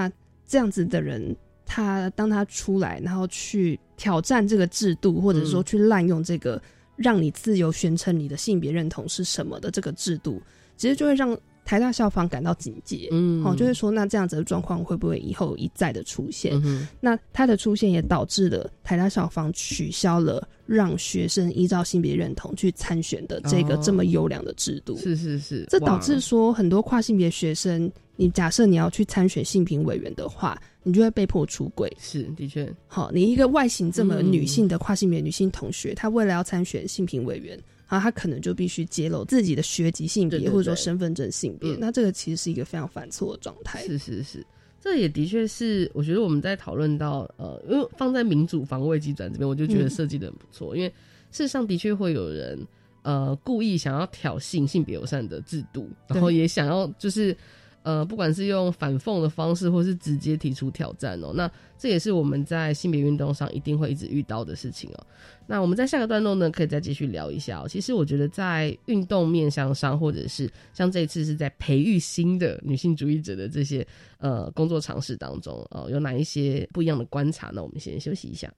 这样子的人，他当他出来，然后去挑战这个制度，或者说去滥用这个让你自由宣称你的性别认同是什么的这个制度，其实就会让台大校方感到警戒，嗯，哦，就会说那这样子的状况会不会以后一再的出现？嗯、那它的出现也导致了台大校方取消了让学生依照性别认同去参选的这个这么优良的制度。哦、 是是是， 这导致说很多跨性别学生，你假设你要去参选性平委员的话，你就会被迫出柜。 是，的确， 好，你一个外形这么女性的跨性别女性同学，她、嗯、为了要参选性平委员。然后他可能就必须揭露自己的学籍性别，或者说身份证性别，嗯，那这个其实是一个非常犯错的状态。 是是是，这也的确是，我觉得我们在讨论到呃，因为放在民主防卫机转这边，我就觉得设计的很不错，嗯，因为事实上的确会有人呃故意想要挑衅性别友善的制度，然后也想要就是呃，不管是用反讽的方式，或是直接提出挑战哦，那这也是我们在性别运动上一定会一直遇到的事情哦。那我们在下个段落呢，可以再继续聊一下哦。其实我觉得在运动面向上，或者是像这一次是在培育新的女性主义者的这些呃工作尝试当中，呃，有哪一些不一样的观察呢？我们先休息一下。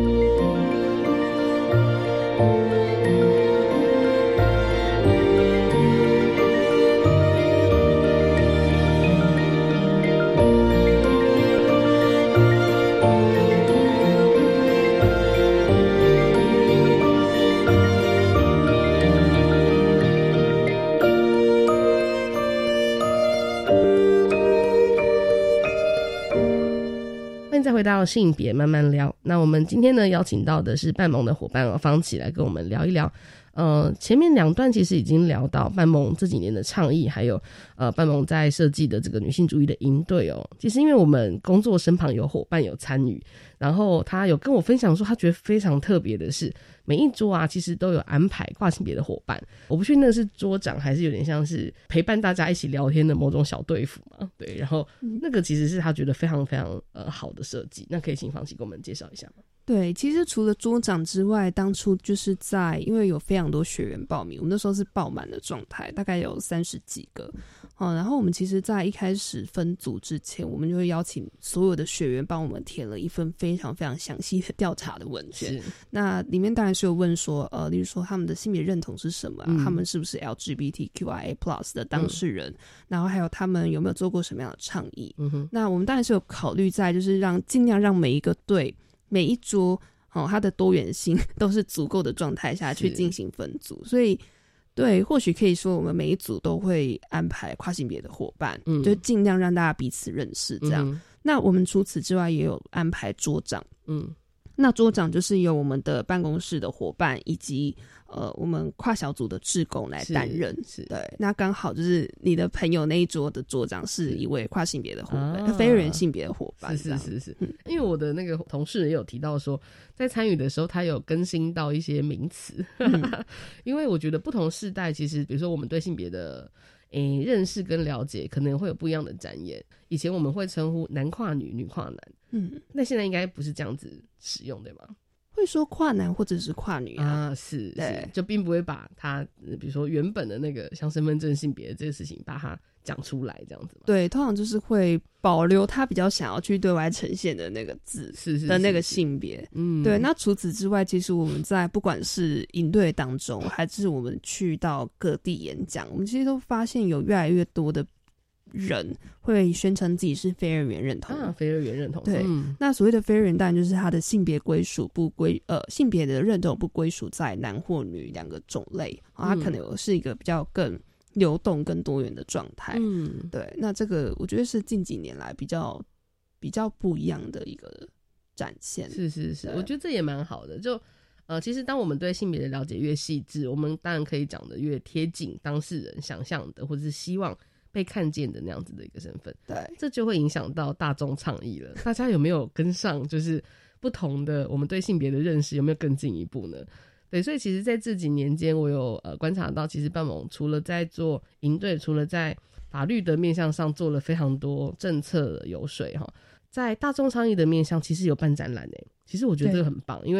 再回到性别慢慢聊，那我们今天呢邀请到的是半盟的伙伴方琦来跟我们聊一聊。呃，前面两段其实已经聊到半盟这几年的倡议，还有呃半盟在设计的这个女性主义的营队哦。其实因为我们工作身旁有伙伴有参与，然后他有跟我分享说，他觉得非常特别的是，每一桌啊其实都有安排跨性别的伙伴。我不确定那是桌长还是有点像是陪伴大家一起聊天的某种小队服嘛？对，然后那个其实是他觉得非常非常呃好的设计。那可以请方琦给我们介绍一下吗？ 对，其实除了桌长之外，当初就是在因为有非常多学员报名，我们那时候是爆满的状态，大概有三十几个。哦，然后我们其实在一开始分组之前，我们就会邀请所有的学员帮我们填了一份非常非常详细的调查的问卷。那里面当然是有问说，呃，例如说他们的性别认同是什么啊？嗯、他们是不是 L G B T Q I A plus 的当事人？嗯、然后还有他们有没有做过什么样的倡议？嗯哼，那我们当然是有考虑在就是让尽量让每一个队每一桌哦，它的多元性都是足够的状态下去进行分组，所以对，或许可以说我们每一组都会安排跨性别的伙伴，嗯，就尽量让大家彼此认识这样。嗯、那我们除此之外也有安排桌长，嗯，那桌长就是由我们的办公室的伙伴以及呃我们跨小组的志工来担任，是，对，那刚好就是你的朋友那一桌的桌长是一位跨性别的伙伴，啊、非二元性别的伙伴， 是是是是、嗯，因为我的那个同事也有提到说，在参与的时候他有更新到一些名词，嗯、因为我觉得不同世代其实，比如说我们对性别的诶认识跟了解，可能会有不一样的展演。以前我们会称呼男跨女，女跨男，嗯，那现在应该不是这样子使用，对吗？ 会说跨男或者是跨女 啊, 啊是是，就并不会把他比如说原本的那个像身份证性别这个事情把它讲出来这样子吗？ 对，通常就是会保留他比较想要去对外呈现的那个字是是的那个性别。嗯，对。那除此之外，其实我们在不管是营队当中，还是我们去到各地演讲，我们其实都发现有越来越多的人会宣称自己是非二元认同啊，非二元认同。 对，嗯、那所谓的非二元当然就是他的性别归属不归呃性别的认同不归属在男或女两个种类，啊、他可能有是一个比较更流动、更多元的状态。嗯，对。那这个我觉得是近几年来比较比较不一样的一个展现。 是是是，我觉得这也蛮好的。就呃，其实当我们对性别的了解越细致，我们当然可以讲的越贴近当事人想象的，或者是希望被看见的那样子的一个身份。 对， 这就会影响到大众倡议了。大家有没有跟上？就是不同的我们对性别的认识有没有更进一步呢？对，所以其实在这几年间，我有呃观察到，其实半盟除了在做营队，除了在法律的面向上做了非常多政策的游说哈，在大众倡议的面向，其实有办展览诶。其实我觉得这个很棒，因为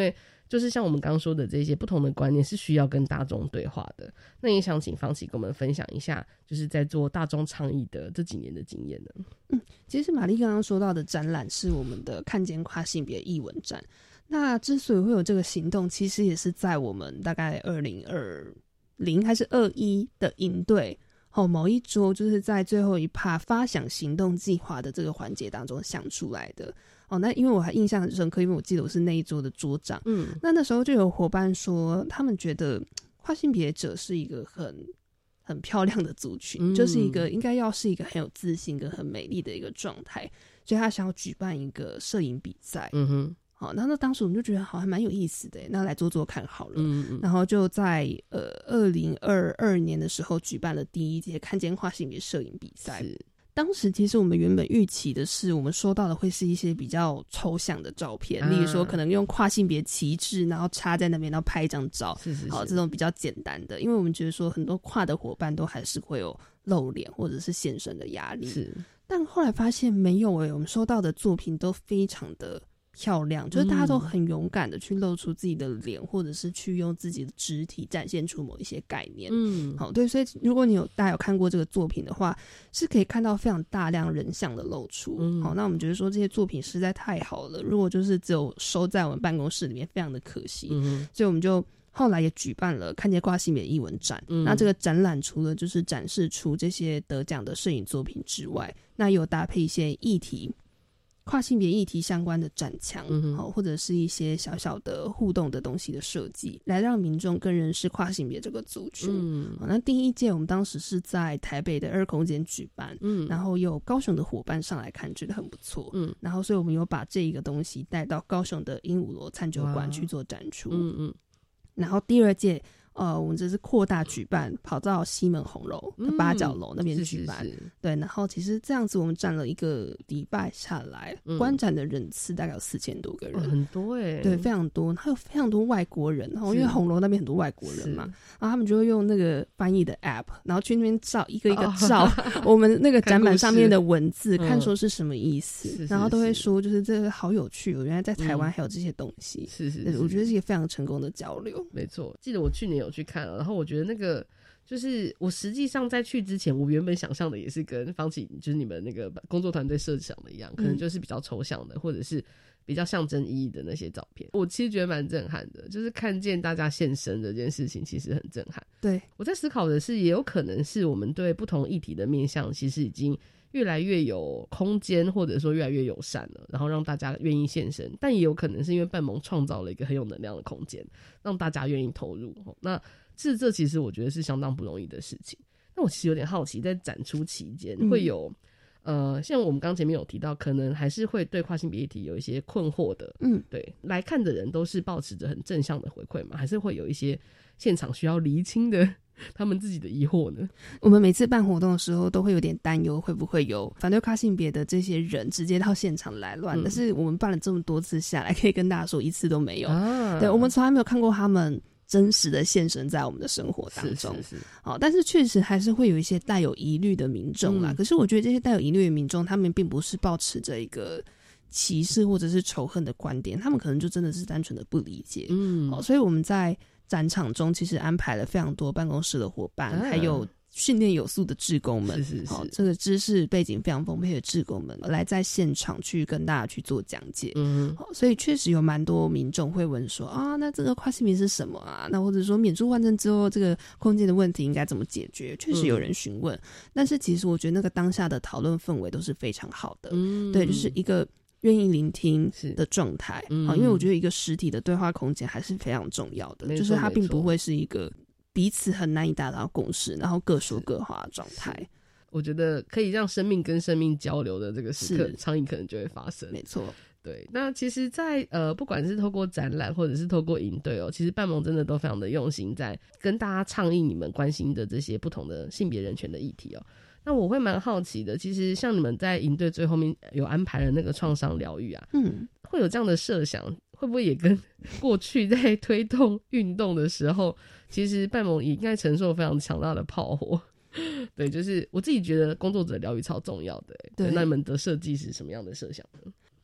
就是像我们刚刚说的这些不同的观念是需要跟大众对话的。那也想请方琦跟我们分享一下，就是在做大众倡议的这几年的经验呢。 嗯，其实玛丽刚刚说到的展览是我们的看见跨性别艺文展。那之所以会有这个行动，其实也是在我们大概二零二零还是二一的营队哦，某一周就是在最后一趴发想行动计划的这个环节当中想出来的。哦，那因为我还印象很深刻，因为我记得我是那一桌的桌长。嗯，那那时候就有伙伴说，他们觉得跨性别者是一个很很漂亮的族群，嗯，就是一个应该要是一个很有自信跟很美丽的一个状态，所以他想要举办一个摄影比赛。嗯哼。好，那那当时我们就觉得好像蛮有意思的，那来做做看好了。嗯嗯。然后就在呃二零二二年的时候举办了第一届看见跨性别摄影比赛。当时其实我们原本预期的是，我们收到的会是一些比较抽象的照片，啊，例如说可能用跨性别旗帜，然后插在那边，然后拍一张照，是是是，好，这种比较简单的。因为我们觉得说很多跨的伙伴都还是会有露脸或者是现身的压力，是。但后来发现没有诶，欸，我们收到的作品都非常的漂亮，就是大家都很勇敢的去露出自己的脸，嗯，或者是去用自己的肢体展现出某一些概念。嗯，好，对，所以如果你有大家有看过这个作品的话，是可以看到非常大量人像的露出。嗯，好，那我们觉得说这些作品实在太好了，如果就是只有收在我们办公室里面，非常的可惜。嗯，所以我们就后来也举办了看见跨性别艺文展。嗯，那这个展览除了就是展示出这些得奖的摄影作品之外，那也有搭配一些议题。跨性别议题相关的展墙，嗯，或者是一些小小的互动的东西的设计，来让民众更认识跨性别这个族群。嗯，那第一届我们当时是在台北的二空间举办，嗯，然后有高雄的伙伴上来看，觉得很不错，嗯，然后所以我们有把这一个东西带到高雄的鹦鹉螺餐酒馆去做展出，嗯嗯，然后第二届。呃，我们这是扩大举办，跑到西门红楼的八角楼那边举办，嗯，是是是，对。然后其实这样子，我们站了一个礼拜下来，嗯，观展的人次大概有四千多个人，哦，很多哎，欸，对，非常多。还有非常多外国人，然后因为红楼那边很多外国人嘛，然后他们就会用那个翻译的 app， 然后去那边照一个一个照，哦，我们那个展板上面的文字，看, 看说是什么意思，嗯，然后都会说就是这个好有趣哦，原来在台湾还有这些东西，嗯，是是是，我觉得是一个非常成功的交流。 没错，记得我去年有去看了，然后我觉得那个就是我实际上在去之前，我原本想象的也是跟方琦就是你们那个工作团队设想的一样，可能就是比较抽象的，或者是比较象征意义的那些照片。我其实觉得蛮震撼的，就是看见大家现身这件事情其实很震撼。对，我在思考的是，也有可能是我们对不同议题的面向其实已经越来越有空间，或者说越来越友善了，然后让大家愿意现身。但也有可能是因为半盟创造了一个很有能量的空间，让大家愿意投入。那是这其实我觉得是相当不容易的事情。那我其实有点好奇，在展出期间会有、嗯、呃，像我们刚前面有提到，可能还是会对跨性别议题有一些困惑的。嗯，对，来看的人都是抱持着很正向的回馈嘛，还是会有一些现场需要厘清的他们自己的疑惑呢？ 我们每次办活动的时候都会有点担忧，会不会有反对跨性别的这些人直接到现场来乱、嗯、但是我们办了这么多次下来，可以跟大家说一次都没有、啊、对，我们从来没有看过他们真实的现身在我们的生活当中。是是是，好，但是确实还是会有一些带有疑虑的民众啦、嗯、可是我觉得这些带有疑虑的民众，他们并不是抱持着一个歧视或者是仇恨的观点，他们可能就真的是单纯的不理解。嗯，好，所以我们在展场中其实安排了非常多办公室的伙伴、啊、还有训练有素的志工们，是是是，好，这个知识背景非常丰沛的志工们来在现场去跟大家去做讲解。嗯，好，所以确实有蛮多民众会问说啊，那这个跨性别是什么啊？那或者说免注换证之后这个空间的问题应该怎么解决？确实有人询问、嗯、但是其实我觉得那个当下的讨论氛围都是非常好的。嗯，对，就是一个愿意聆听的状态、嗯啊、因为我觉得一个实体的对话空间还是非常重要的，就是它并不会是一个彼此很难以达到共识然后各说各话的状态。 我觉得可以让生命跟生命交流的这个时刻，倡议可能就会发生。 没错， 对。那其实在呃不管是透过展览或者是透过营队哦，其实半盟真的都非常的用心在跟大家倡议你们关心的这些不同的性别人权的议题哦。那我会蛮好奇的，其实像你们在营队最后面有安排了那个创伤疗愈啊，嗯，会有这样的设想，会不会也跟过去在推动运动的时候，其实半盟也应该承受非常强大的炮火？对，就是我自己觉得工作者疗愈超重要的、欸、对，那你们的设计是什么样的设想呢？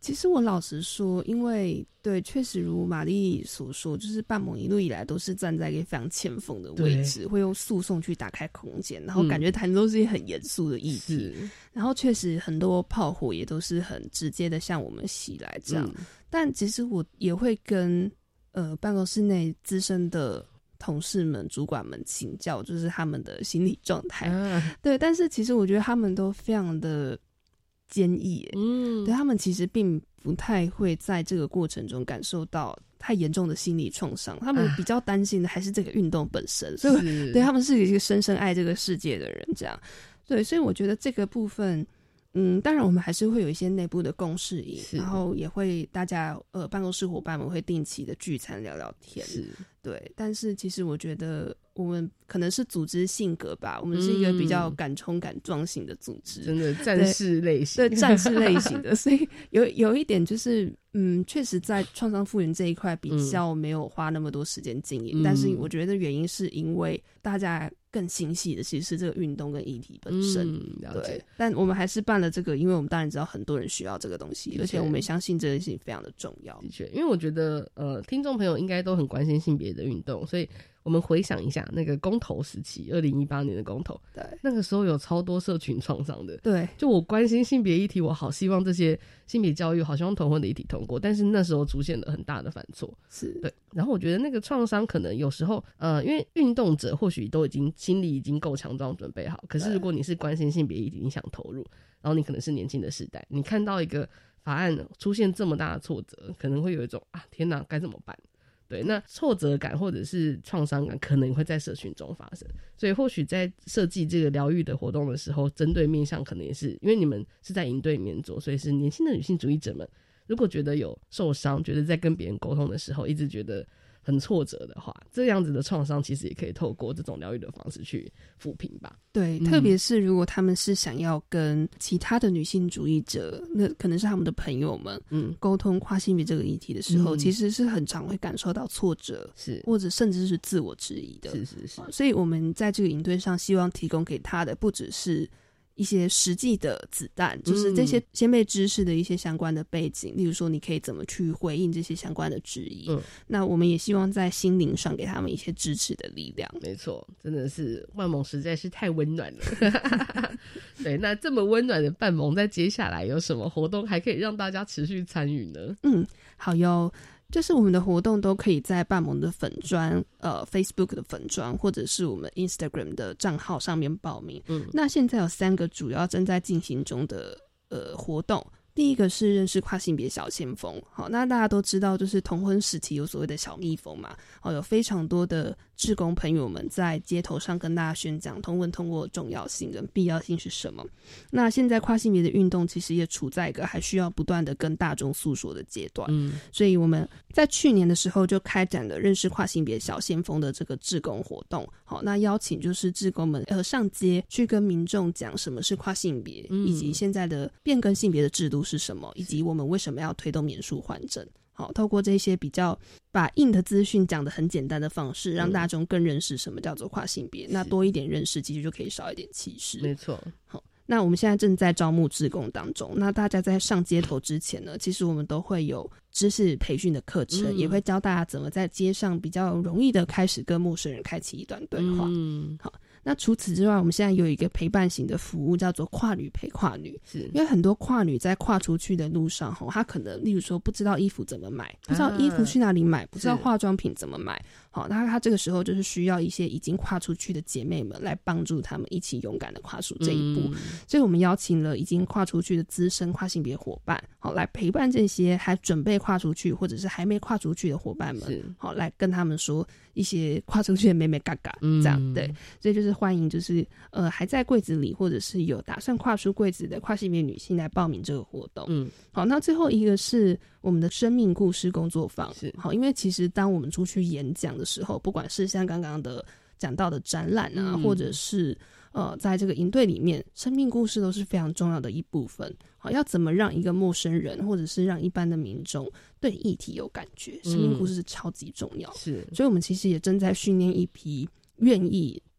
其实我老实说，因为对，确实如玛丽所说，就是半盟一路以来都是站在一个非常前锋的位置，会用诉讼去打开空间，然后感觉谈的都是一些很严肃的议题，嗯、然后确实很多炮火也都是很直接的向我们袭来这样。嗯、但其实我也会跟呃办公室内资深的同事们、主管们请教，就是他们的心理状态。啊、对，但是其实我觉得他们都非常的坚毅，嗯，对，他们其实并不太会在这个过程中感受到太严重的心理创伤，他们比较担心的还是这个运动本身，啊、所以对他们是一个深深爱这个世界的人，这样，对，所以我觉得这个部分。嗯，当然我们还是会有一些内部的共识营，然后也会大家呃办公室伙伴们会定期的聚餐聊聊天，是，对。但是其实我觉得我们可能是组织性格吧，我们是一个比较敢冲敢撞型的组织， 真的战士类型， 对，对战士类型的，所以有有一点就是，嗯，确实在创伤复原这一块比较没有花那么多时间经营，嗯、但是我觉得原因是因为大家更心细的其实是这个运动跟议题本身，嗯、了解。对，但我们还是办了这个，因为我们当然知道很多人需要这个东西，而且我们也相信这件事情非常的重要。 的确，因为我觉得呃，听众朋友应该都很关心性别的运动，所以我们回想一下那个公投时期，二零一八年的公投，对，那个时候有超多社群创伤的，对，就我关心性别议题，我好希望这些性别教育，好希望同婚的议题通过，但是那时候出现了很大的犯错，是对。然后我觉得那个创伤可能有时候，呃，因为运动者或许都已经心里已经够强壮准备好，可是如果你是关心性别议题，你想投入，然后你可能是年轻的世代，你看到一个法案出现这么大的挫折，可能会有一种啊，天哪，该怎么办？对，那挫折感或者是创伤感可能会在社群中发生，所以或许在设计这个疗愈的活动的时候，针对面向可能也是因为你们是在营队里面做，所以是年轻的女性主义者们，如果觉得有受伤，觉得在跟别人沟通的时候一直觉得很挫折的话，这样子的创伤其实也可以透过这种疗愈的方式去抚平吧。 对，嗯、特别是如果他们是想要跟其他的女性主义者，那可能是他们的朋友们，嗯，沟通跨性别这个议题的时候，嗯、其实是很常会感受到挫折，是或者甚至是自我质疑的，是是是。所以我们在这个营队上，希望提供给他的不只是一些实际的子弹，就是这些先辈知识的一些相关的背景，嗯、例如说你可以怎么去回应这些相关的质疑。嗯，那我们也希望在心灵上给他们一些支持的力量。 没错，真的是万盟实在是太温暖了。对，那这么温暖的半盟，在接下来有什么活动还可以让大家持续参与呢？ 嗯，好哟。就是我们的活动都可以在半盟的粉专呃 Facebook 的粉专或者是我们 Instagram 的账号上面报名。嗯，那现在有三个主要正在进行中的呃活动。第一个是认识跨性别小先锋，好，那大家都知道，就是同婚时期有所谓的小蜜蜂嘛，好，有非常多的志工朋友们在街头上跟大家宣讲同婚通过的重要性跟必要性是什么。那现在跨性别的运动其实也处在一个还需要不断的跟大众诉说的阶段，嗯，所以我们在去年的时候就开展了认识跨性别小先锋的这个志工活动，好，那邀请就是志工们呃上街去跟民众讲什么是跨性别，嗯，以及现在的变更性别的制度是什么，以及我们为什么要推动免诉换证。好，透过这些比较把硬的资讯讲得很简单的方式，让大众更认识什么叫做跨性别，嗯，那多一点认识，其实就可以少一点歧视。 没错。 好，那我们现在正在招募志工当中，那大家在上街头之前呢，其实我们都会有知识培训的课程，嗯，也会教大家怎么在街上比较容易的开始跟陌生人开启一段对话。嗯，好。那除此之外，我们现在有一个陪伴型的服务，叫做跨女陪跨女。是因为很多跨女在跨出去的路上，她可能例如说不知道衣服怎么买，不知道衣服去哪里买，啊，不知道化妆品怎么买。好，那她这个时候就是需要一些已经跨出去的姐妹们来帮助她们一起勇敢的跨出这一步。嗯，所以我们邀请了已经跨出去的资深跨性别伙伴，好，来陪伴这些还准备跨出去或者是还没跨出去的伙伴们，好，来跟他们说一些跨出去的妹妹嘎嘎，嗯，这样对。所以就是欢迎就是呃还在柜子里或者是有打算跨出柜子的跨性别女性来报名这个活动。嗯，好，那最后一个是我们的生命故事工作坊。是，好，因为其实当我们出去演讲的时候，不管是像刚刚的讲到的展览啊，嗯，或者是呃在这个营队里面，生命故事都是非常重要的一部分。好，要怎么让一个陌生人或者是让一般的民众对议题有感觉，生命故事是超级重要。是，所以我们其实也正在训练一批愿意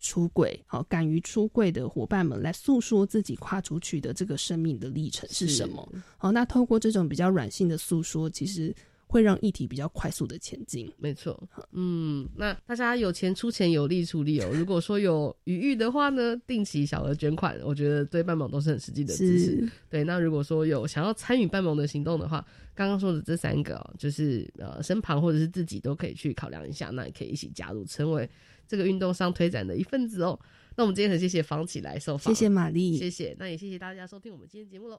出柜，好，敢于出柜的伙伴们来诉说自己跨出去的这个生命的历程是什么。好，那透过这种比较软性的诉说，其实会让议题比较快速的前进。 没错，嗯，那大家有钱出钱，有力出力哦。如果说有余裕的话呢，定期小额捐款，我觉得对半盟都是很实际的支持。对，那如果说有想要参与半盟的行动的话，刚刚说的这三个、哦、就是呃身旁或者是自己都可以去考量一下，那也可以一起加入，成为这个运动上推展的一份子哦。那我们今天很谢谢方琦来受访， 谢谢玛丽， 谢谢，那也谢谢大家收听我们今天节目喽。